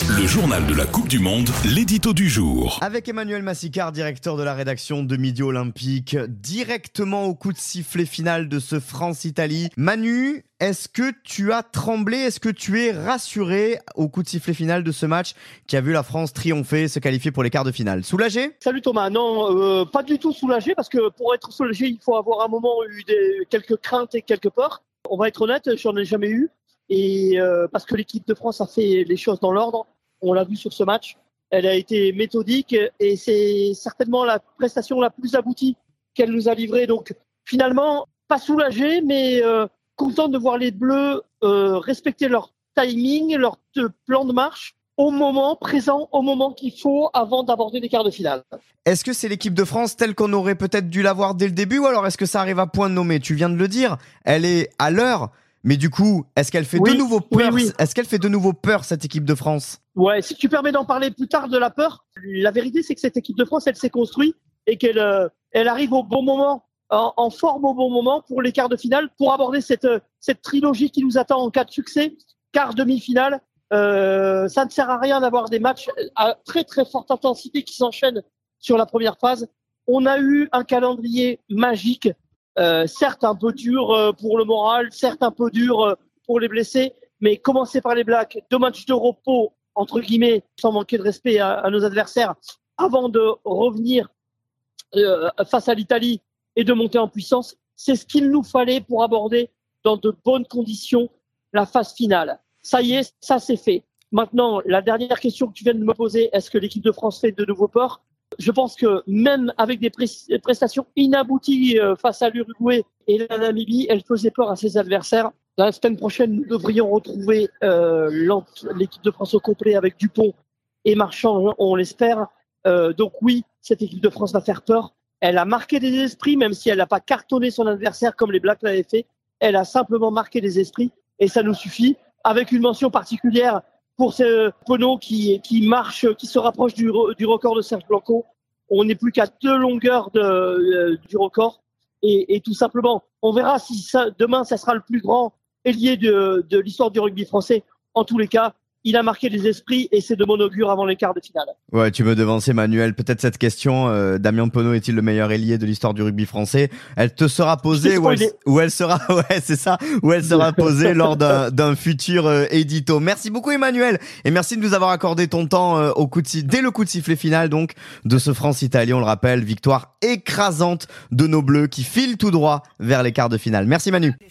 Le journal de la Coupe du Monde, l'édito du jour. Avec Emmanuel Massicard, directeur de la rédaction de Midi Olympique, directement au coup de sifflet final de ce France-Italie. Manu, est-ce que tu as tremblé, est-ce que tu es rassuré au coup de sifflet final de ce match qui a vu la France triompher, se qualifier pour les quarts de finale? Soulagé? Salut Thomas, non, pas du tout soulagé, parce que pour être soulagé, il faut avoir à un moment eu quelques craintes et quelques peurs. On va être honnête, j'en ai jamais eu, et parce que l'équipe de France a fait les choses dans l'ordre. On l'a vu sur ce match, elle a été méthodique et c'est certainement la prestation la plus aboutie qu'elle nous a livrée. Donc finalement, pas soulagé, mais content de voir les Bleus respecter leur timing, leur plan de marche au moment présent, au moment qu'il faut avant d'aborder les quarts de finale. Est-ce que c'est l'équipe de France telle qu'on aurait peut-être dû l'avoir dès le début, ou alors est-ce que ça arrive à point nommé? Tu viens de le dire, elle est à l'heure. Mais du coup, est-ce qu'elle fait de nouveau peur? Oui. Est-ce qu'elle fait de nouveau peur, cette équipe de France? Ouais, si tu permets d'en parler plus tard de la peur, la vérité c'est que cette équipe de France, elle s'est construite et qu'elle arrive au bon moment, en forme au bon moment pour les quarts de finale, pour aborder cette trilogie qui nous attend en cas de succès, quart, demi-finale. Ça ne sert à rien d'avoir des matchs à très très forte intensité qui s'enchaînent sur la première phase. On a eu un calendrier magique. Certes un peu dur pour le moral, certes un peu dur pour les blessés, mais commencer par les Blacks, 2 matchs de repos, entre guillemets, sans manquer de respect à nos adversaires, avant de revenir face à l'Italie et de monter en puissance, c'est ce qu'il nous fallait pour aborder dans de bonnes conditions la phase finale. Ça y est, ça c'est fait. Maintenant, la dernière question que tu viens de me poser, est-ce que l'équipe de France fait de nouveau peur? Je pense que même avec des prestations inabouties face à l'Uruguay et la Namibie, elle faisait peur à ses adversaires. La semaine prochaine, nous devrions retrouver l'équipe de France au complet avec Dupont et Marchand, on l'espère. Donc oui, cette équipe de France va faire peur. Elle a marqué des esprits, même si elle n'a pas cartonné son adversaire comme les Blacks l'avaient fait. Elle a simplement marqué des esprits et ça nous suffit. Avec une mention particulière pour ce Penaud qui marche, qui se rapproche du record de Serge Blanco. On n'est plus qu'à 2 longueurs du record. Et tout simplement, on verra si demain, ça sera le plus grand ailier de l'histoire du rugby français. En tous les cas, il a marqué les esprits et c'est de bon augure avant les quarts de finale. Ouais, tu me devances, Emmanuel. Peut-être cette question, Damien Penaud est-il le meilleur ailier de l'histoire du rugby français? Elle te sera posée ou elle sera, ouais, c'est ça, ou elle sera posée lors d'un futur édito. Merci beaucoup, Emmanuel. Et merci de nous avoir accordé ton temps dès le coup de sifflet final, donc, de ce France-Italie. On le rappelle, victoire écrasante de nos Bleus qui filent tout droit vers les quarts de finale. Merci, Manu.